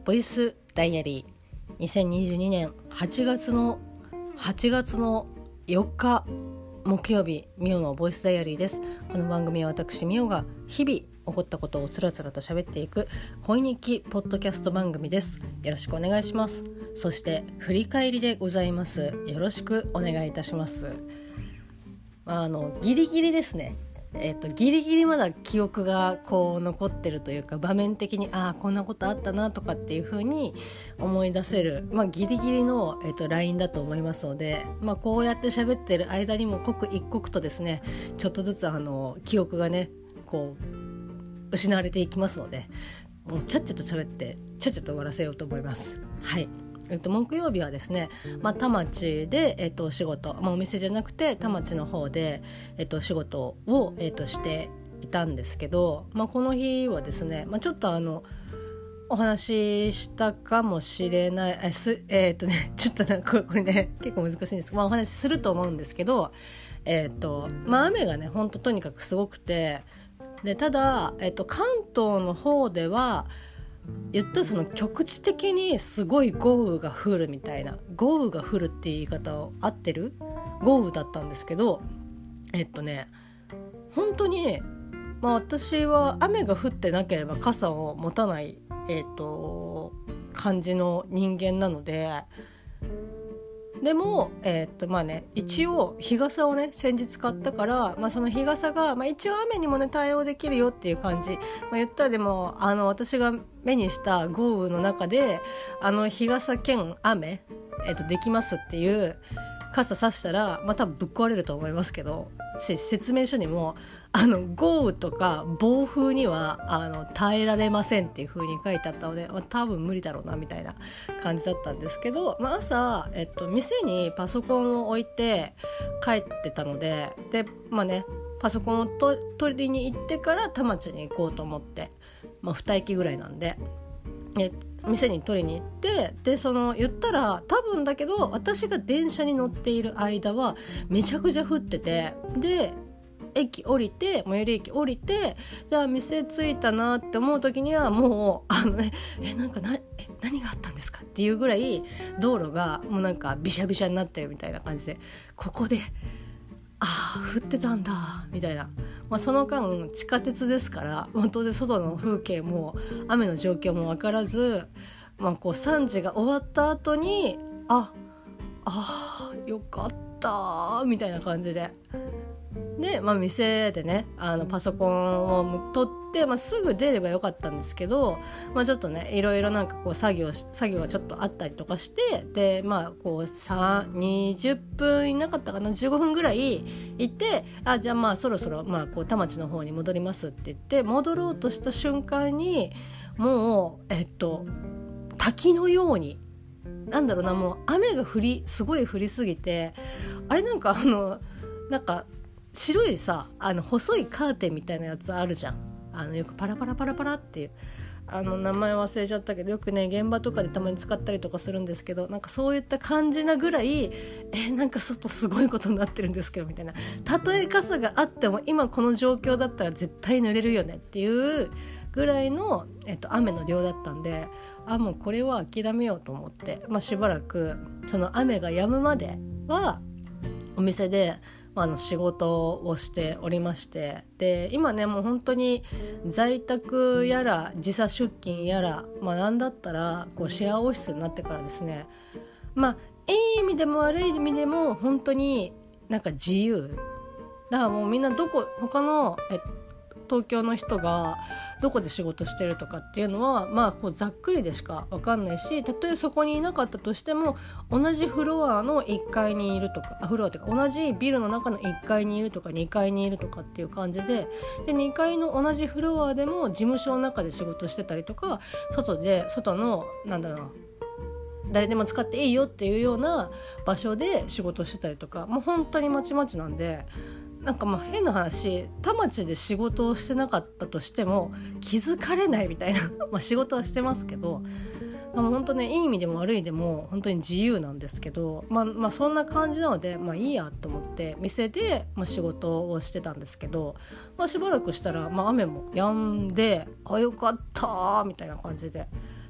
ボイスダイアリー2022年8月の4日木曜日、ミオのボイスダイアリーです。この番組は私ミオが日々起こったことをつらつらと喋っていく恋日記ポッドキャスト番組です。よろしくお願いします。そして振り返りでございます。よろしくお願いいたします。ギリギリですね。ギリギリまだ記憶が残ってるというか、場面的にこんなことあったなとかっていう風に思い出せる、ギリギリの、ラインだと思いますので、こうやって喋ってる間にも刻一刻とですね、ちょっとずつ記憶がね失われていきますので、もうちゃっちゃと喋ってちゃっちゃと終わらせようと思います。はい。木曜日はですね、田町で、仕事、お店じゃなくて田町の方で、仕事を、していたんですけど、この日はですね、ちょっとお話ししたかもしれないちょっとこれね結構難しいんですけど、お話しすると思うんですけど、雨がね本当とにかくすごくて、でただ、関東の方では言ったらその局地的にすごい豪雨が降るみたいな、豪雨が降るっていう言い方を合ってる豪雨だったんですけど、本当に、私は雨が降ってなければ傘を持たない、感じの人間なので、でも、一応日傘をね先日買ったから、その日傘が、一応雨にもね対応できるよっていう感じ、言ったらでも私が目にした豪雨の中で日傘兼雨、できますっていう傘さしたら、多分ぶっ壊れると思いますけど、説明書にも豪雨とか暴風には耐えられませんっていう風に書いてあったので、多分無理だろうなみたいな感じだったんですけど、朝、店にパソコンを置いて帰ってたので、パソコンを取りに行ってから田町に行こうと思って、2駅ぐらいなんで、店に取りに行って、で言ったら多分だけど私が電車に乗っている間はめちゃくちゃ降ってて、で最寄り駅降りて、じゃあ店着いたなって思う時にはもう何があったんですかっていうぐらい道路がもうビシャビシャになってるみたいな感じで、ここで降ってたんだみたいな、その間地下鉄ですから、当然外の風景も雨の状況も分からず、3時が終わった後によかったみたいな感じで、店でねパソコンを取って、すぐ出ればよかったんですけど、ちょっとねいろいろ作業がちょっとあったりとかして、で20分いなかったかな、15分ぐらい行って、じゃあそろそろ田町の方に戻りますって言って戻ろうとした瞬間に、もう滝のようにもう雨がすごい降りすぎて、白い細いカーテンみたいなやつあるじゃん、よくパラパラパラパラっていう名前忘れちゃったけど、よくね現場とかでたまに使ったりとかするんですけど、そういった感じなぐらい外すごいことになってるんですけどみたいな、たとえ傘があっても今この状況だったら絶対濡れるよねっていうぐらいの、雨の量だったんで、もうこれは諦めようと思って、しばらくその雨が止むまではお店で仕事をしておりまして、で今ねもう本当に在宅やら時差出勤やら、なんだったらシェアオフィスになってからですね、いい意味でも悪い意味でも本当に自由だから、もうみんな他の東京の人がどこで仕事してるとかっていうのはざっくりでしか分かんないし、たとえそこにいなかったとしても同じフロアの1階にいるとか、フロアというか同じビルの中の1階にいるとか2階にいるとかっていう感じで、2階の同じフロアでも事務所の中で仕事してたりとか、外の誰でも使っていいよっていうような場所で仕事してたりとか、もう本当にまちまちなんで、変な話、田町で仕事をしてなかったとしても気づかれないみたいな仕事はしてますけど、本当ねいい意味でも悪い意味でも本当に自由なんですけど、そんな感じなのでいいやと思って店で、仕事をしてたんですけど、しばらくしたら、雨も止んでよかったみたいな感じで、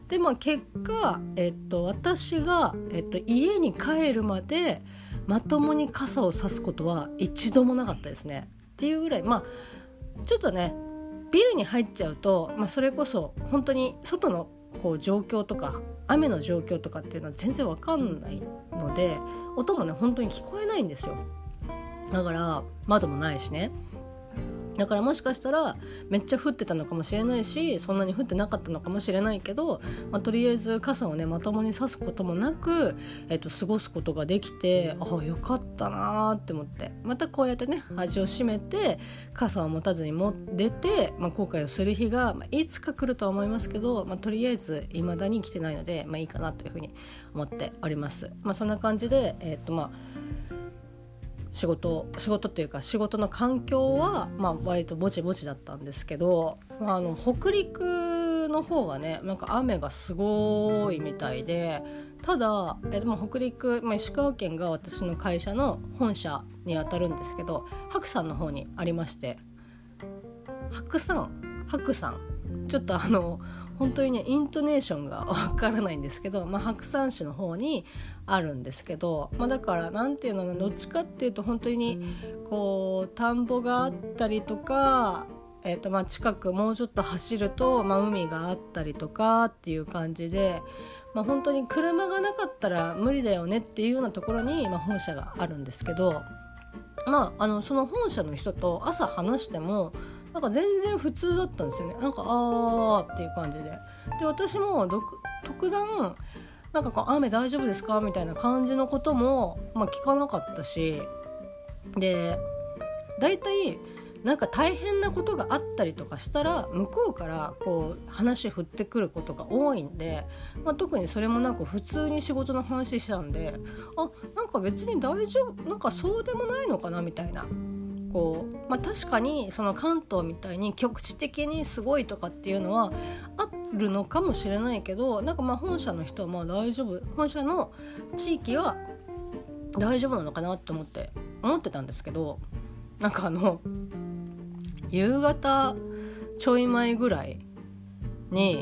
で結果、私が、家に帰るまでまともに傘を差すことは一度もなかったですね。っていうぐらいちょっとねビルに入っちゃうと、それこそ本当に外の状況とか雨の状況とかっていうのは全然わかんないので、音もね本当に聞こえないんですよ。だから窓もないしね。だからもしかしたらめっちゃ降ってたのかもしれないし、そんなに降ってなかったのかもしれないけど、とりあえず傘をねまともに差すこともなく、過ごすことができて、よかったなって思って、またこうやってね味を占めて傘を持たずに出て、後悔をする日が、いつか来るとは思いますけど、とりあえず未だに来てないので、いいかなというふうに思っております。そんな感じで仕事っていうか仕事の環境は割とぼちぼちだったんですけど、北陸の方がねなんか雨がすごいみたいで、ただ、北陸、石川県が私の会社の本社に当たるんですけど、白山の方にありまして、白山ちょっと本当にねイントネーションがわからないんですけど、白山市の方にあるんですけど、だからなんていうの、どっちかっていうと本当に田んぼがあったりとか、近くもうちょっと走ると、海があったりとかっていう感じで、本当に車がなかったら無理だよねっていうようなところに、本社があるんですけど、その本社の人と朝話してもなんか全然普通だったんですよね。なんかっていう感じで、私も特段なんか雨大丈夫ですかみたいな感じのことも、聞かなかったし、でだいたいなんか大変なことがあったりとかしたら向こうから話振ってくることが多いんで、特にそれもなく普通に仕事の話したんで、なんか別に大丈夫、なんかそうでもないのかなみたいな、確かにその関東みたいに局地的にすごいとかっていうのはあるのかもしれないけど、なんか本社の人は大丈夫、本社の地域は大丈夫なのかなって思ってたんですけど、なんか夕方ちょい前ぐらいに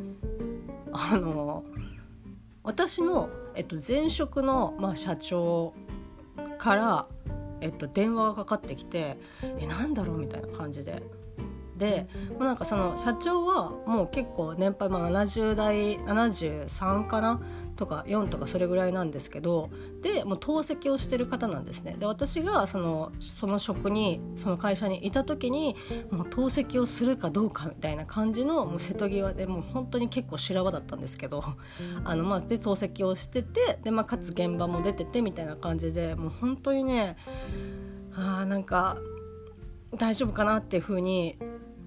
私の、前職の、社長から、電話がかかってきて、なんだろうみたいな感じで、なんかその社長はもう結構年配、70代73かなとか4とかそれぐらいなんですけど、でもう透析をしてる方なんですね。で私がその職にその会社にいた時にもう透析をするかどうかみたいな感じのもう瀬戸際で、もう本当に結構修羅場だったんですけどで透析をしてて、でかつ現場も出ててみたいな感じで、もう本当にねなんか大丈夫かなっていう風に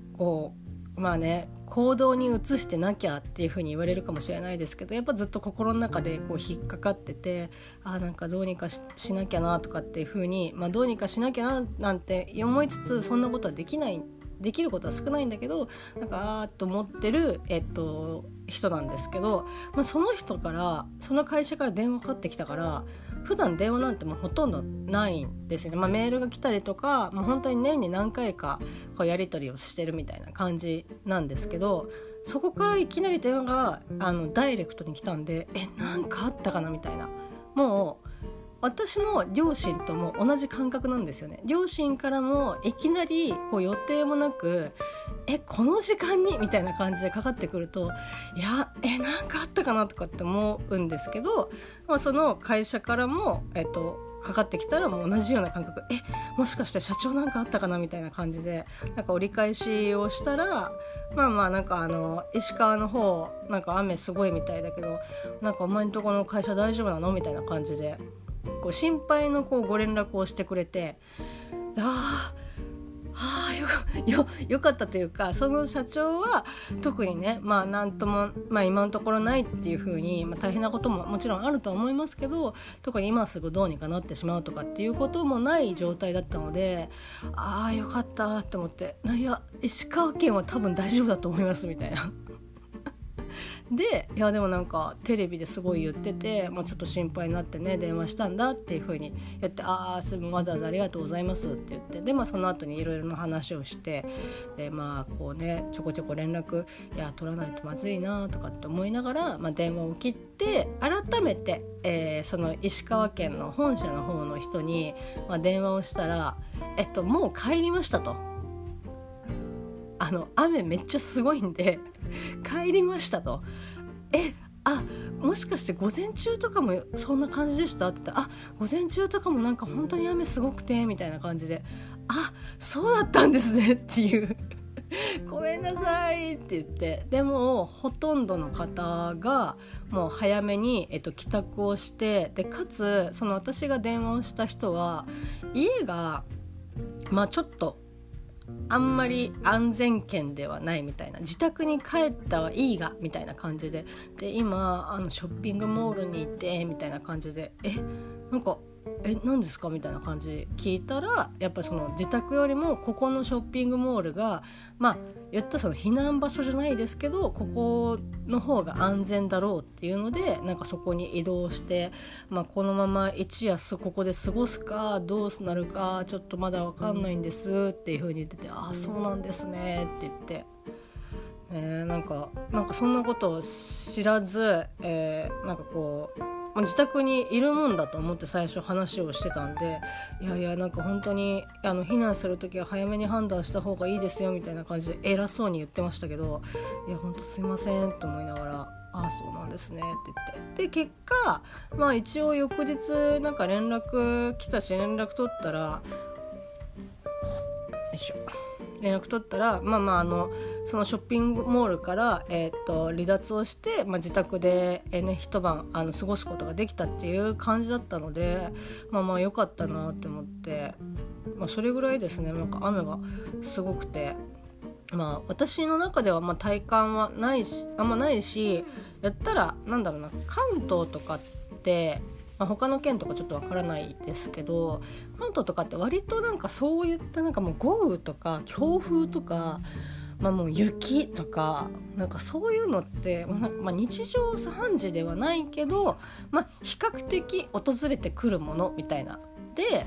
行動に移してなきゃっていう風に言われるかもしれないですけど、やっぱずっと心の中で引っかかってて、なんかどうにか しなきゃなとかっていう風に、どうにかしなきゃななんて思いつつ、そんなことはできることは少ないんだけど、なんかと思ってる、人なんですけど、その人からその会社から電話かかってきたから、普段電話なんてもうほとんどないんですね。メールが来たりとか、もう本当に年に何回かやり取りをしてるみたいな感じなんですけど、そこからいきなり電話がダイレクトに来たんで、なんかあったかなみたいな、もう私の両親とも同じ感覚なんですよね。両親からもいきなり予定もなくこの時間にみたいな感じでかかってくると、なんかあったかなとかって思うんですけど、その会社からもかかってきたらもう同じような感覚、もしかして社長なんかあったかなみたいな感じで、なんか折り返しをしたら、なんか石川の方なんか雨すごいみたいだけど、なんかお前んとこの会社大丈夫なのみたいな感じで心配のご連絡をしてくれて、よかったというか、その社長は特にね、なんとも、今のところないっていう風に、大変なことももちろんあるとは思いますけど、特に今すぐどうにかなってしまうとかっていうこともない状態だったので、よかったと思って、石川県は多分大丈夫だと思いますみたいなっでいやでもなんかテレビですごい言ってて、ちょっと心配になってね電話したんだっていう風に言って、わざわざありがとうございますって言って、でその後にいろいろな話をして、でこうねちょこちょこ連絡取らないとまずいなとかって思いながら、電話を切って改めて、その石川県の本社の方の人に、電話をしたら、もう帰りましたと、雨めっちゃすごいんで帰りましたと、もしかして午前中とかもそんな感じでしたって言ったら、午前中とかもなんか本当に雨すごくてみたいな感じで、そうだったんですねっていうごめんなさいって言って、でもほとんどの方がもう早めに、帰宅をして、でかつその私が電話をした人は家がちょっとあんまり安全圏ではないみたいな、自宅に帰ったはいいがみたいな感じで、今ショッピングモールに行ってみたいな感じで、何ですかみたいな感じで聞いたら、やっぱその自宅よりもここのショッピングモールが言ったらその避難場所じゃないですけど、ここの方が安全だろうっていうので、なんかそこに移動して、このまま一夜ここで過ごすかどうなるかちょっとまだ分かんないんですっていう風に言ってて、そうなんですねって言って、なんかそんなことを知らず、なんかこう自宅にいるもんだと思って最初話をしてたんで、なんか本当に避難するときは早めに判断した方がいいですよみたいな感じで偉そうに言ってましたけど、本当すいませんと思いながら、そうなんですねって言って、で結果一応翌日なんか連絡来たし、連絡取ったらそのショッピングモールから、離脱をして、自宅で、一晩過ごすことができたっていう感じだったので、良かったなって思って、それぐらいですね。なんか雨がすごくて、私の中では体感はあんまないし、やったら関東とかって他の県とかちょっとわからないですけど、関東とかって割となんかそういったなんかもう豪雨とか強風とか、もう雪とかなんかそういうのって、日常茶飯事ではないけど、比較的訪れてくるものみたいなで、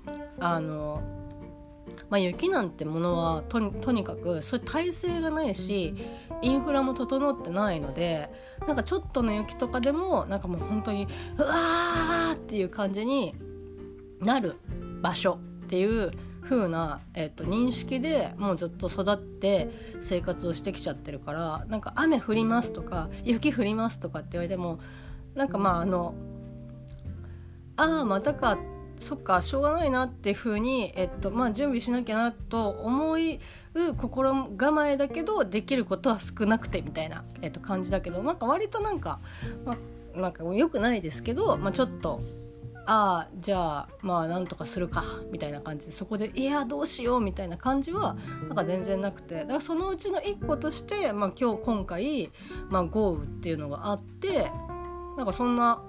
雪なんてものはとにかくそういう耐性がないし、インフラも整ってないので、なんかちょっとの雪とかでもなんかもう本当にうわーっていう感じになる場所っていう風な、認識でもうずっと育って生活をしてきちゃってるから、なんか雨降りますとか雪降りますとかって言われても、なんかまたか、そっかしょうがないなっていう風に、準備しなきゃなと思う心構えだけど、できることは少なくてみたいな、感じだけど、なんか割となんか良くないですけど、ちょっとじゃあなんとかするかみたいな感じで、そこでどうしようみたいな感じはなんか全然なくて、だからそのうちの一個として、今回、豪雨っていうのがあって、なんかそんな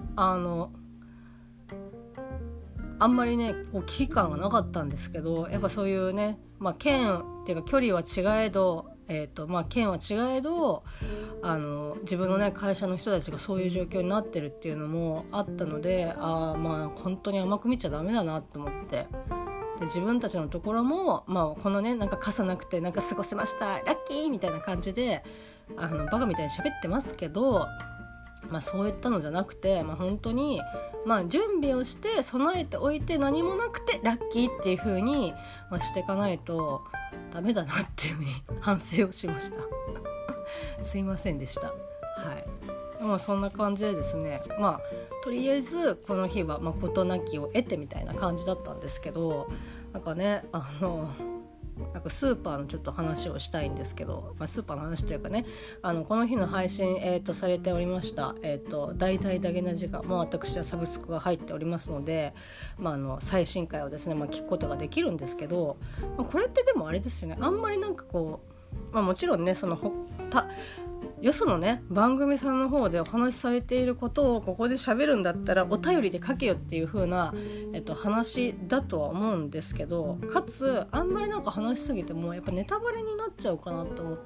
あんまりねこう危機感がなかったんですけど、やっぱそういうね、県っていうか距離は違えど、県は違えど自分のね会社の人たちがそういう状況になってるっていうのもあったので、本当に甘く見ちゃダメだなと思って、で自分たちのところも、このねなんか傘なくてなんか過ごせましたラッキーみたいな感じでバカみたいに喋ってますけど、そういったのじゃなくて、本当に準備をして備えておいて何もなくてラッキーっていう風に、していかないとダメだなっていう風に反省をしましたすいませんでした。そんな感じでですね、とりあえずこの日は事なきを得てみたいな感じだったんですけど、なんかねなんかスーパーのちょっと話をしたいんですけど、スーパーの話というかね、この日の配信、されておりました、大々だけな時間も私はサブスクが入っておりますので、最新回をですね、聞くことができるんですけど、これってでもあれですよね、あんまりなんかこう、もちろんねそのよそのね番組さんの方でお話しされていることをここで喋るんだったらお便りで書けよっていう風な、話だとは思うんですけど、かつあんまりなんか話しすぎてもやっぱネタバレになっちゃうかなと思って、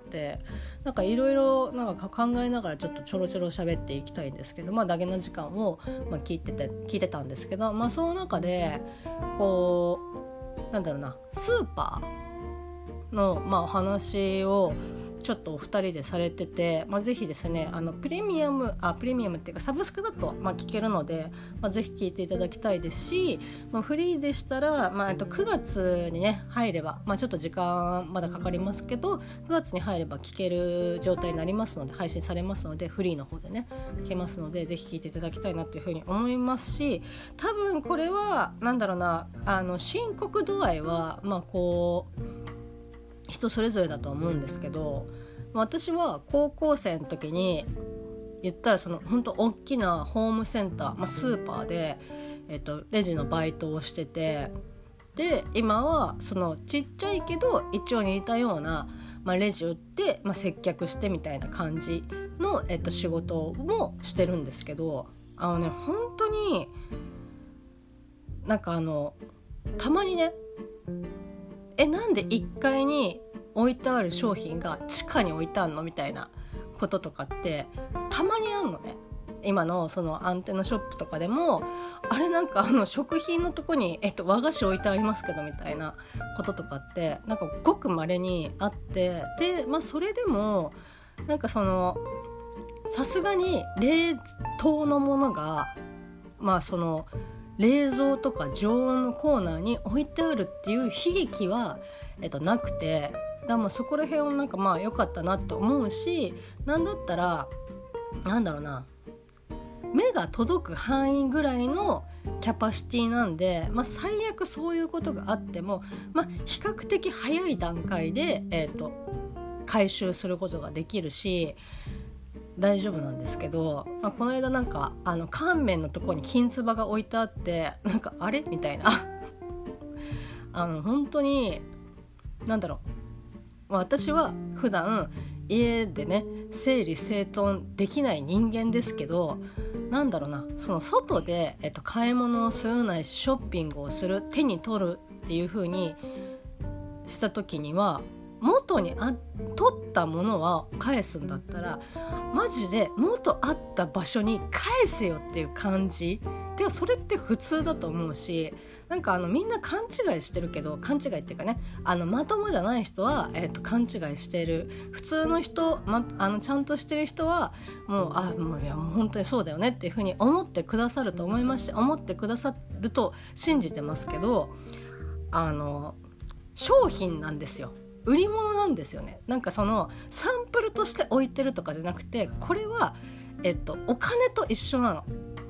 なんかいろいろなんか考えながらちょっとちょろちょろ喋っていきたいんですけど、ダゲな時間を、聞いてたんですけど、その中でこうなんだろうな、スーパーの、お話をちょっとお二人でされてて、ぜひですねプレミアムっていうかサブスクだと聞けるので、ぜひ聞いていただきたいですし、フリーでしたら、9月にね入れば、ちょっと時間まだかかりますけど9月に入れば聞ける状態になりますので、配信されますので、フリーの方でね聞けますので、ぜひ聞いていただきたいなというふうに思いますし、多分これはなんだろうな、深刻度合いはこう人それぞれだと思うんですけど、私は高校生の時に言ったらその本当大きなホームセンター、スーパーで、レジのバイトをしてて、で今はそのちっちゃいけど一応似たような、レジ売って、接客してみたいな感じの、仕事もしてるんですけど、本当になんかたまにね、なんで1階に置いてある商品が地下に置いてあるのみたいなこととかってたまにあるのね。今のそのアンテナショップとかでも、あれなんか食品のとこに、和菓子置いてありますけどみたいなこととかってなんかごく稀にあって、で、それでもなんかそのさすがに冷凍のものがその冷蔵とか常温のコーナーに置いてあるっていう悲劇は、なくて、だからそこら辺はなんか良かったなと思うし、なんだったらなんだろうな、目が届く範囲ぐらいのキャパシティなんで、最悪そういうことがあっても、比較的早い段階で、回収することができるし大丈夫なんですけど、この間なんか乾麺のところに金つばが置いてあって、なんかあれみたいな本当になんだろう、私は普段家でね整理整頓できない人間ですけど、なんだろうな、その外で、買い物をするないしショッピングをする、手に取るっていう風にした時には、元に取ったものは返すんだったらマジで元あった場所に返せよっていう感じで、それって普通だと思うし、なんかみんな勘違いしてるけど、勘違いっていうかね、まともじゃない人は、勘違いしてる、普通の人、ちゃんとしてる人はもういやもう本当にそうだよねっていうふうに思ってくださると思いますし、思ってくださると信じてますけど、商品なんですよ、売り物なんですよね。なんかそのサンプルとして置いてるとかじゃなくて、これは、お金と一緒なの。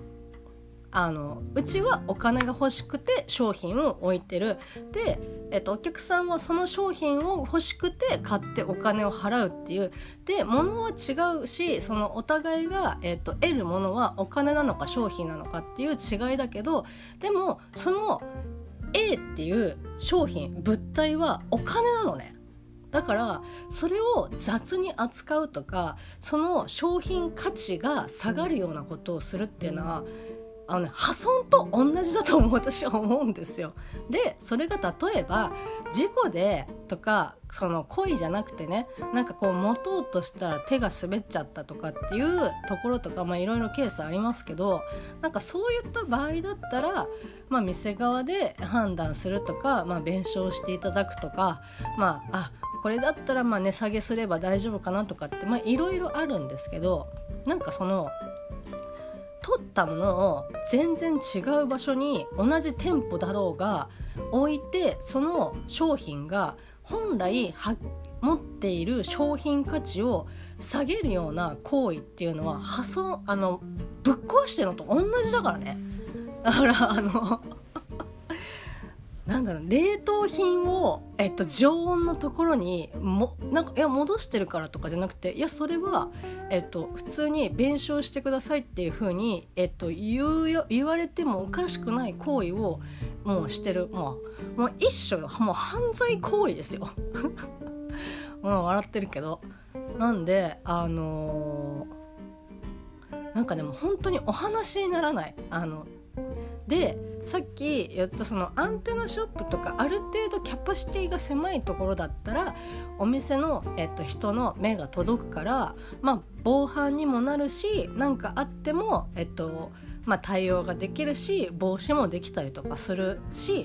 うちはお金が欲しくて商品を置いてる。で、お客さんはその商品を欲しくて買ってお金を払うっていう。で、物は違うし、そのお互いが、得るものはお金なのか商品なのかっていう違いだけど、でもその A っていう商品物体はお金なのね。だからそれを雑に扱うとか、その商品価値が下がるようなことをするっていうのは破損と同じだと私は思うんですよ。で、それが例えば事故でとか、その故意じゃなくてね、なんかこう持とうとしたら手が滑っちゃったとかっていうところとか、いろいろケースありますけど、なんかそういった場合だったら、店側で判断するとか、弁償していただくとか、これだったら値下げすれば大丈夫かなとかっていろいろあるんですけど、なんかその取ったものを全然違う場所に同じ店舗だろうが置いて、その商品が本来持っている商品価値を下げるような行為っていうのは破損、ぶっ壊してるのと同じだからね。だからなんだろう、冷凍品を、常温のところになんか戻してるからとかじゃなくて、いやそれは、普通に弁償してくださいっていう風に、言われてもおかしくない行為をもうしてる、もう一緒よ、もう犯罪行為ですよもう笑ってるけど、 なんでなんかでも本当にお話にならない。でさっき言ったそのアンテナショップとかある程度キャパシティが狭いところだったらお店の、人の目が届くから、防犯にもなるし、なんかあっても、対応ができるし、防止もできたりとかするし、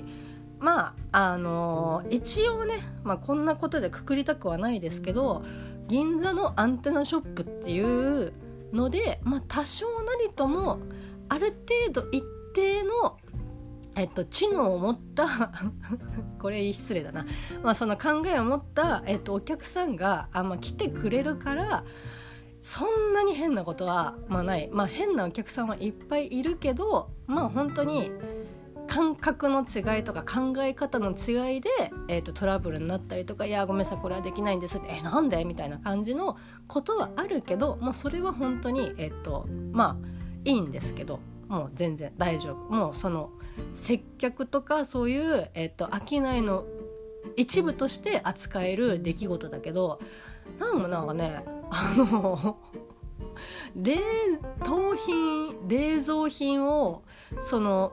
一応ね、こんなことでくくりたくはないですけど、銀座のアンテナショップっていうので、多少なりともある程度一定の知能を持ったこれ失礼だな、その考えを持った、お客さんが来てくれるから、そんなに変なことは、ない。変なお客さんはいっぱいいるけど、本当に感覚の違いとか考え方の違いで、トラブルになったりとか、いやごめんなさいこれはできないんですって、なんでみたいな感じのことはあるけど、もうそれは本当にいいんですけど、もう全然大丈夫。もうその接客とかそういう、商いの一部として扱える出来事だけど、なんかね冷蔵品をその、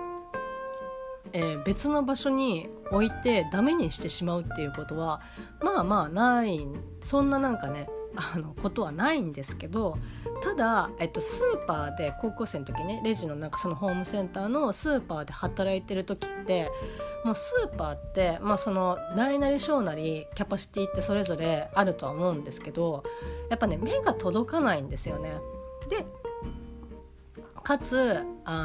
別の場所に置いてダメにしてしまうっていうことはない、そんななんかねことはないんですけど、ただ、スーパーで高校生の時ね、レジのなんかそのホームセンターのスーパーで働いてる時って、もうスーパーってその大なり小なりキャパシティってそれぞれあるとは思うんですけど、やっぱね目が届かないんですよね。でかつ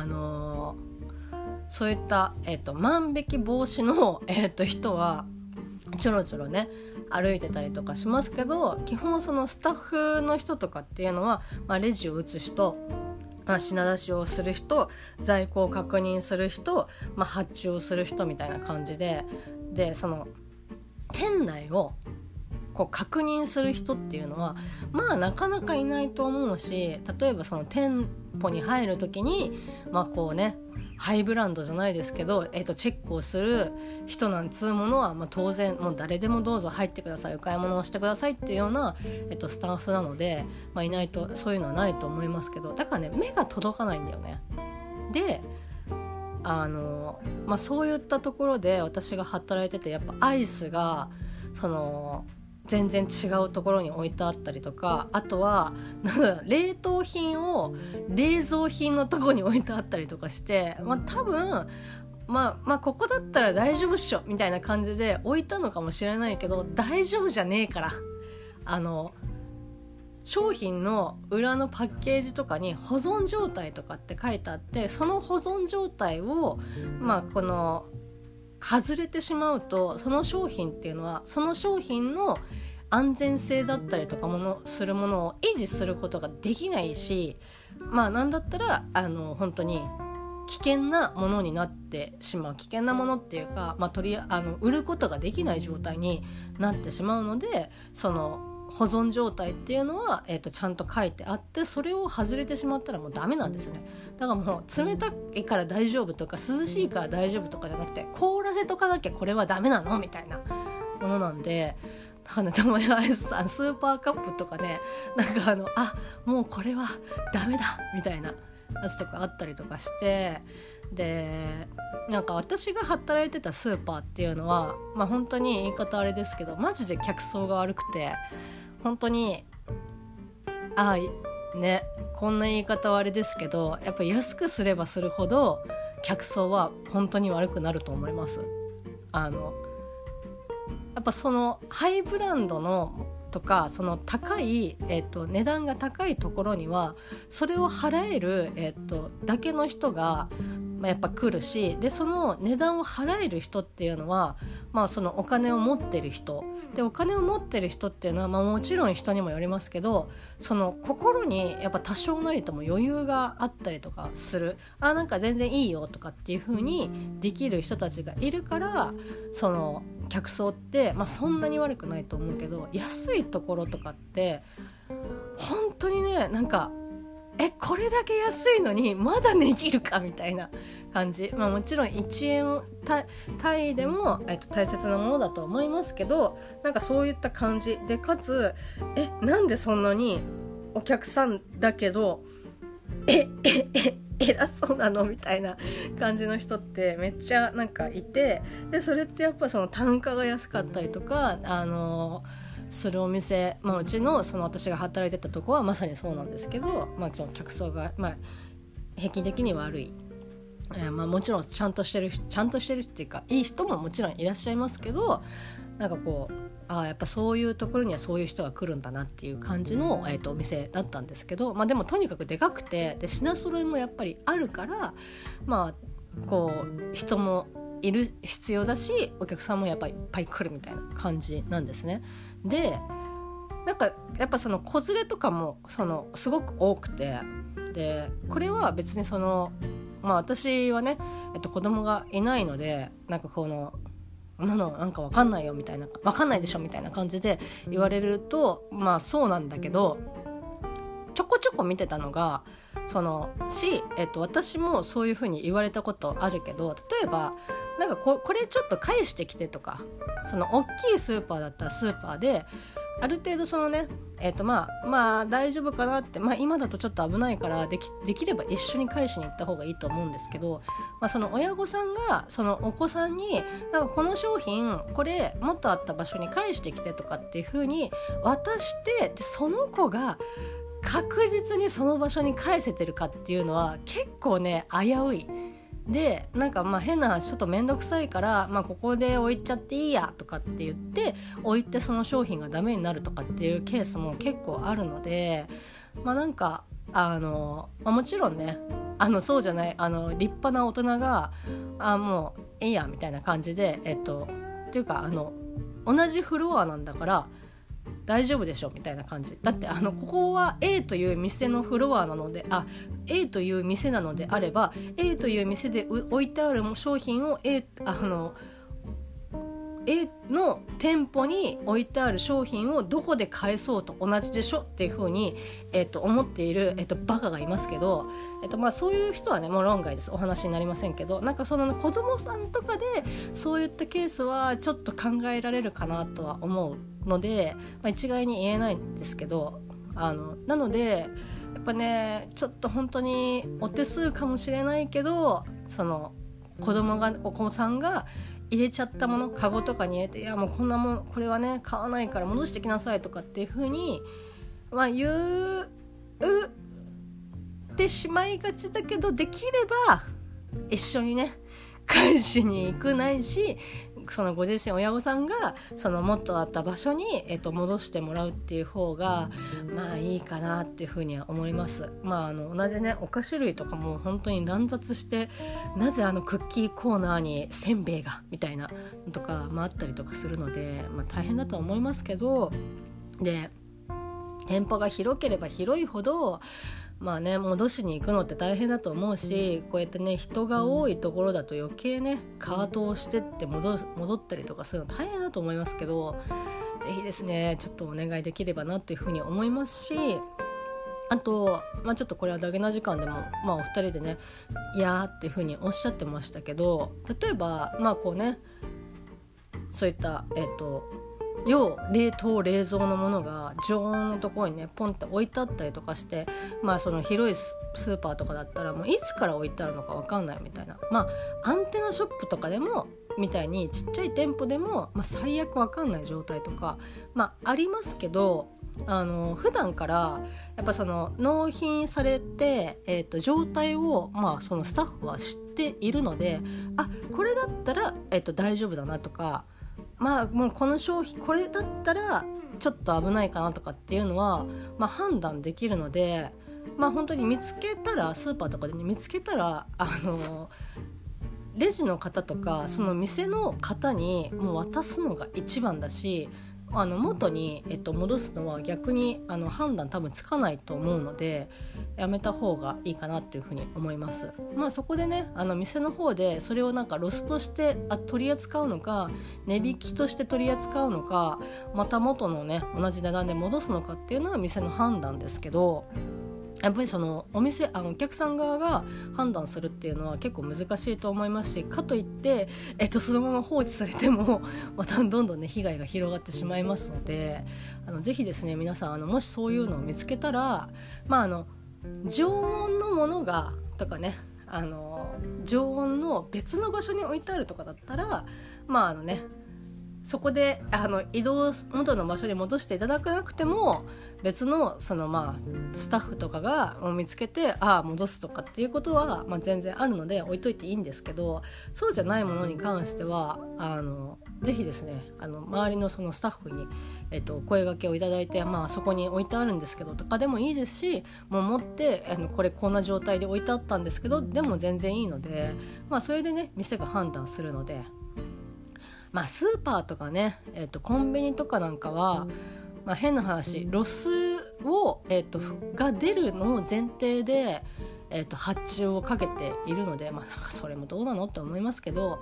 そういった、万引き防止の、人はちょろちょろね歩いてたりとかしますけど、基本そのスタッフの人とかっていうのは、レジを打つ人、品出しをする人、在庫を確認する人、発注をする人みたいな感じで、その店内をこう確認する人っていうのはなかなかいないと思うし、例えばその店舗に入る時にこうねハイブランドじゃないですけど、チェックをする人なんつうものは、当然もう誰でもどうぞ入ってください、お買い物をしてくださいっていうような、スタンスなので、いないとそういうのはないと思いますけど、だからね目が届かないんだよね。でそういったところで私が働いてて、やっぱアイスがその全然違うところに置いてあったりとか、あとは冷凍品を冷蔵品のところに置いてあったりとかして、多分ここだったら大丈夫っしょみたいな感じで置いたのかもしれないけど、大丈夫じゃねえから、商品の裏のパッケージとかに保存状態とかって書いてあって、その保存状態をこの外れてしまうと、その商品っていうのはその商品の安全性だったりとかするものを維持することができないし、なんだったら本当に危険なものになってしまう、危険なものっていうか、売ることができない状態になってしまうので、その保存状態っていうのは、ちゃんと書いてあって、それを外れてしまったらもうダメなんですよね。だからもう冷たいから大丈夫とか涼しいから大丈夫とかじゃなくて、凍らせとかなきゃこれはダメなのみたいなものなんで、たまにアイスさんスーパーカップとかね、もうこれはダメだみたいなやつとかあったりとかして、でなんか私が働いてたスーパーっていうのは、本当に言い方あれですけど、マジで客層が悪くて、本当にこんな言い方はあれですけど、やっぱり安くすればするほど客層は本当に悪くなると思います。やっぱそのハイブランドのとか、その高い、値段が高いところにはそれを払える、だけの人が、やっぱ来るし、でその値段を払える人っていうのは、そのお金を持ってる人で、お金を持ってる人っていうのは、もちろん人にもよりますけど、その心にやっぱ多少なりとも余裕があったりとかする、なんか全然いいよとかっていう風にできる人たちがいるから、その客層って、そんなに悪くないと思うけど、安いところとかって本当にね、なんかこれだけ安いのにまだ値切るかみたいな感じ。もちろん1円単位でも、大切なものだと思いますけど、なんかそういった感じで、かつなんでそんなにお客さんだけど偉そうなのみたいな感じの人ってめっちゃなんかいて、でそれってやっぱその単価が安かったりとかするお店、うちのその私が働いてたとこはまさにそうなんですけど、その客層が平均的に悪い、もちろんちゃんとしてるっていうかいい人ももちろんいらっしゃいますけど、なんかこうやっぱそういうところにはそういう人が来るんだなっていう感じの、お店だったんですけど、でもとにかくでかくて、で品揃えもやっぱりあるから、こう人もいる必要だし、お客さんもやっぱりいっぱい来るみたいな感じなんですね。でなんかやっぱその子連れとかもすごく多くて、でこれは別に私はね、子供がいないので、なんかなんか分かんないよみたいな、分かんないでしょみたいな感じで言われると、そうなんだけど、ちょこちょこ見てたのが私もそういう風に言われたことあるけど、例えばなんかこれちょっと返してきてとか、大きいスーパーだったらスーパーである程度大丈夫かなって、今だとちょっと危ないからできれば一緒に返しに行った方がいいと思うんですけど、その親御さんがそのお子さんになんかこの商品これもっとあった場所に返してきてとかっていう風に渡して、でその子が確実にその場所に返せてるかっていうのは結構ね危うい。でなんか変な話ちょっとめんどくさいから、ここで置いちゃっていいやとかって言って置いて、その商品がダメになるとかっていうケースも結構あるので、なんかもちろんねそうじゃない立派な大人がもういいやみたいな感じでっていうか同じフロアなんだから大丈夫でしょみたいな感じだって、ここは A という店のフロアなのでA という店なのであれば A という店で置いてある商品をA の店舗に置いてある商品をどこで返そうと同じでしょっていう風に、思っている、バカがいますけど、そういう人はねもう論外です、お話になりませんけど、なんか子供さんとかでそういったケースはちょっと考えられるかなとは思うので、一概に言えないんですけど、なのでやっぱねちょっと本当にお手数かもしれないけど、お子さんが入れちゃったものカゴとかに入れて、いやもうこんなもんこれはね買わないから戻してきなさいとかっていう風に言ってしまいがちだけど、できれば一緒にね返しに行くないし、ご自身親御さんがもっとあった場所に、戻してもらうっていう方がいいかなっていうふうには思います。同じねお菓子類とかも本当に乱雑して、なぜクッキーコーナーにせんべいがみたいなのとかあったりとかするので、大変だと思いますけど、で店舗が広ければ広いほど戻しに行くのって大変だと思うし、こうやってね人が多いところだと余計ねカートをしてって戻ったりとかするの大変だと思いますけど、ぜひですねちょっとお願いできればなっていうふうに思いますし、あと、ちょっとこれはダゲな時間でも、お二人でねいやーっていうふうにおっしゃってましたけど、例えばこうねそういった要冷凍冷蔵のものが常温のところにねポンって置いてあったりとかして、その広いスーパーとかだったらもういつから置いてあるのか分かんないみたいな、アンテナショップとかでもみたいにちっちゃい店舗でも、最悪分かんない状態とか、ありますけど、普段からやっぱ納品されて、状態を、そのスタッフは知っているので、これだったら、大丈夫だなとか、もうこの商品これだったらちょっと危ないかなとかっていうのは、判断できるので、本当に見つけたらスーパーとかで、ね、見つけたらレジの方とかその店の方にもう渡すのが一番だし、元に、戻すのは逆に判断多分つかないと思うので、やめた方がいいかなっていうふうに思います。そこでね店の方でそれをなんかロスとして取り扱うのか、値引きとして取り扱うのか、また元のね同じ値段で戻すのかっていうのは店の判断ですけど、 やっぱりそのお店お客さん側が判断するっていうのは結構難しいと思いますし、かといって、そのまま放置されてもまたどんどんね被害が広がってしまいますので、ぜひですね皆さんもしそういうのを見つけたら、常温のものがとかね常温の別の場所に置いてあるとかだったらそこで移動元の場所に戻していただかなくても別のスタッフとかが見つけて戻すとかっていうことは全然あるので置いといていいんですけど、そうじゃないものに関してはぜひですね周りのそのスタッフに、声掛けをいただいて、そこに置いてあるんですけどとかでもいいですし、もう持ってこれこんな状態で置いてあったんですけどでも全然いいので、それでね店が判断するので、スーパーとかね、コンビニとかなんかは、変な話ロスを、が出るのを前提で、発注をかけているので、なんかそれもどうなのって思いますけど、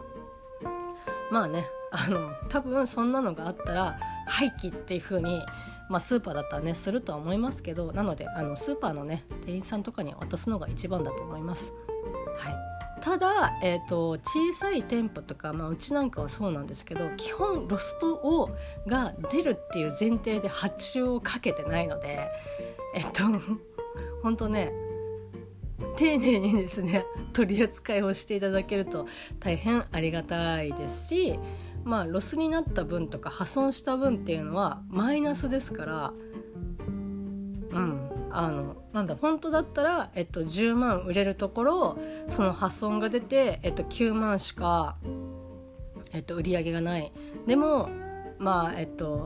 多分そんなのがあったら廃棄っていう風に、スーパーだったらねするとは思いますけど、なのでスーパーのね店員さんとかに渡すのが一番だと思います。はい。ただ、小さい店舗とか、うちなんかはそうなんですけど、基本ロストが出るっていう前提で発注をかけてないので、本当ね丁寧にですね取り扱いをしていただけると大変ありがたいですし、ロスになった分とか破損した分っていうのはマイナスですから、本当だったら、10万売れるところその破損が出て、9万しか、売り上げがない。でも8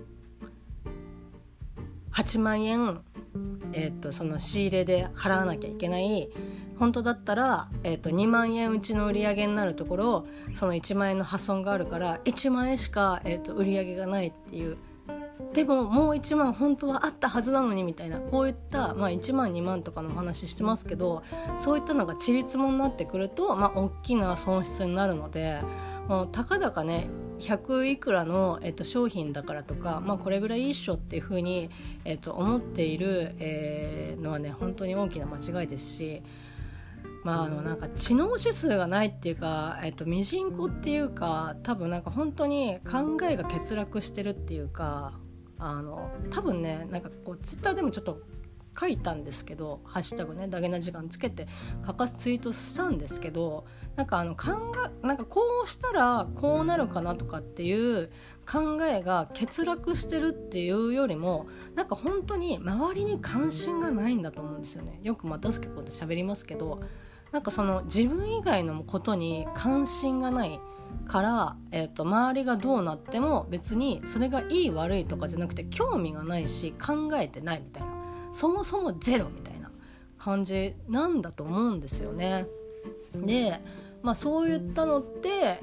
万円、その仕入れで払わなきゃいけない。本当だったら、2万円うちの売り上げになるところ、その1万円の破損があるから1万円しか、売り上げがないっていう。でももう1万本当はあったはずなのにみたいな、こういった、1万2万とかのお話してますけど、そういったのがちりつもになってくると、大きな損失になるので、もうたかだかね100いくらの、商品だからとか、これぐらいいいっしょっていう風に、思っている、のはね本当に大きな間違いですし、なんか知能指数がないっていうか、ミジンコっていうか、多分なんか本当に考えが欠落してるっていうか、多分ねなんかこうツイッターでもちょっと書いたんですけど、ハッシュタグねダゲな時間つけてツイートしたんですけど、なんかなんかこうしたらこうなるかなとかっていう考えが欠落してるっていうよりも、なんか本当に周りに関心がないんだと思うんですよね。よくタスケこと喋りますけど、なんかその自分以外のことに関心がないから、周りがどうなっても別にそれがいい悪いとかじゃなくて興味がないし考えてないみたいな、そもそもゼロみたいな感じなんだと思うんですよね。で、そういったのって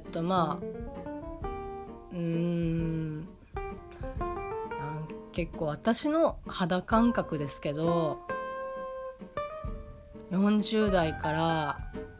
結構私の肌感覚ですけど、40代から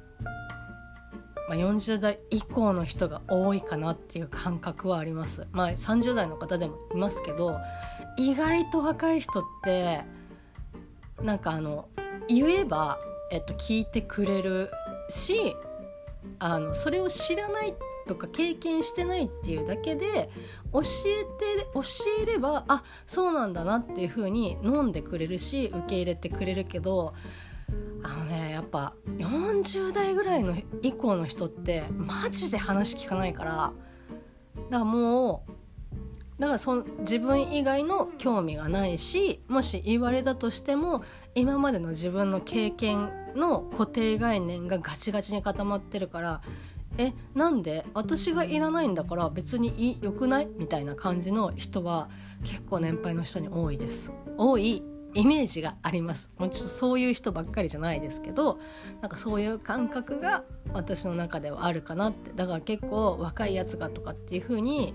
40代以降の人が多いかなっていう感覚はあります。30代の方でもいますけど、意外と若い人ってなんか言えば、聞いてくれるし、それを知らないとか経験してないっていうだけで教えればそうなんだなっていう風に飲んでくれるし受け入れてくれるけど、やっぱ40代ぐらいの以降の人ってマジで話聞かないから、だから自分以外の興味がないし、もし言われたとしても今までの自分の経験の固定概念がガチガチに固まってるから、なんで私がいらないんだから別に良くないみたいな感じの人は結構年配の人に多いイメージがあります。もうちょっとそういう人ばっかりじゃないですけど、なんかそういう感覚が私の中ではあるかなって。だから結構若いやつがとかっていう風に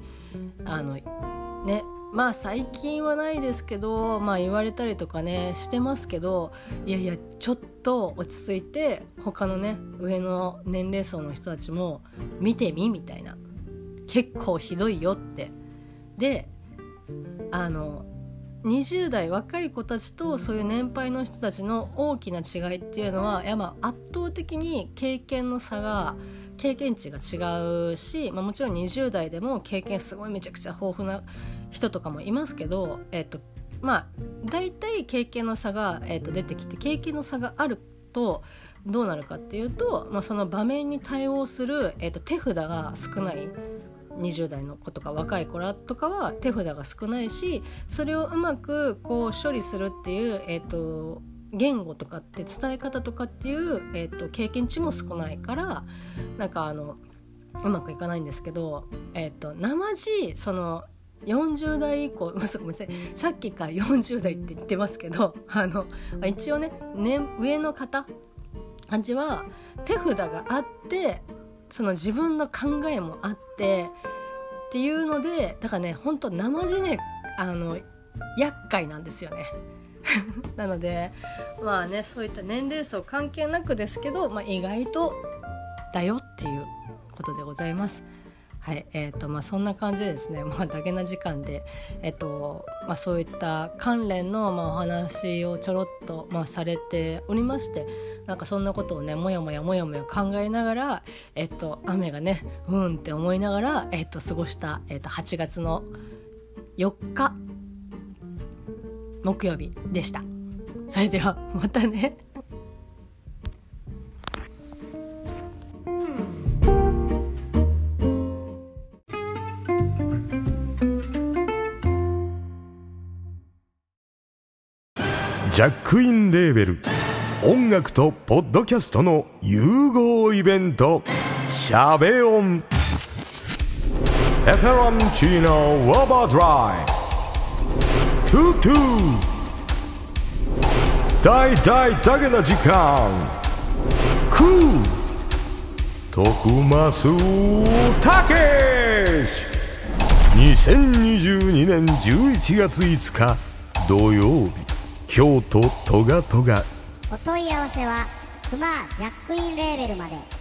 最近はないですけど言われたりとかねしてますけど、いやちょっと落ち着いて他のね上の年齢層の人たちも見てみたいな、結構ひどいよって。で 20代若い子たちとそういう年配の人たちの大きな違いっていうのは、圧倒的に経験値が違うし、もちろん20代でも経験すごいめちゃくちゃ豊富な人とかもいますけど、だいたい経験の差が、出てきて、経験の差があるとどうなるかっていうと、その場面に対応する、手札が少ない20代の子とか若い子らとかは手札が少ないし、それをうまくこう処理するっていう、言語とかって伝え方とかっていう、経験値も少ないから、うまくいかないんですけど、生地その40代以降、ごめんなさい、さっきから40代って言ってますけど、一応ね、上の方たちは手札があって、その自分の考えもあってっていうので、だからね、本当生地ね、厄介なんですよねなのでそういった年齢層関係なくですけど、意外とだよっていうことでございます。はい、そんな感じでですね、だけな時間で、そういった関連の、お話をちょろっと、されておりまして、そんなことをね、もやもや考えながら、雨がねって思いながら、過ごした、8月の4日木曜日でした。それではまたね。 ジャックインレーベル音楽とポッドキャストの融合イベント、シャベオンペペロンチーノウォーバードライトゥトゥ大大だけな時間クー徳増たけし2022年11月5日土曜日、京都トガトガ。 お問い合わせはクマジャックインレーベルまで。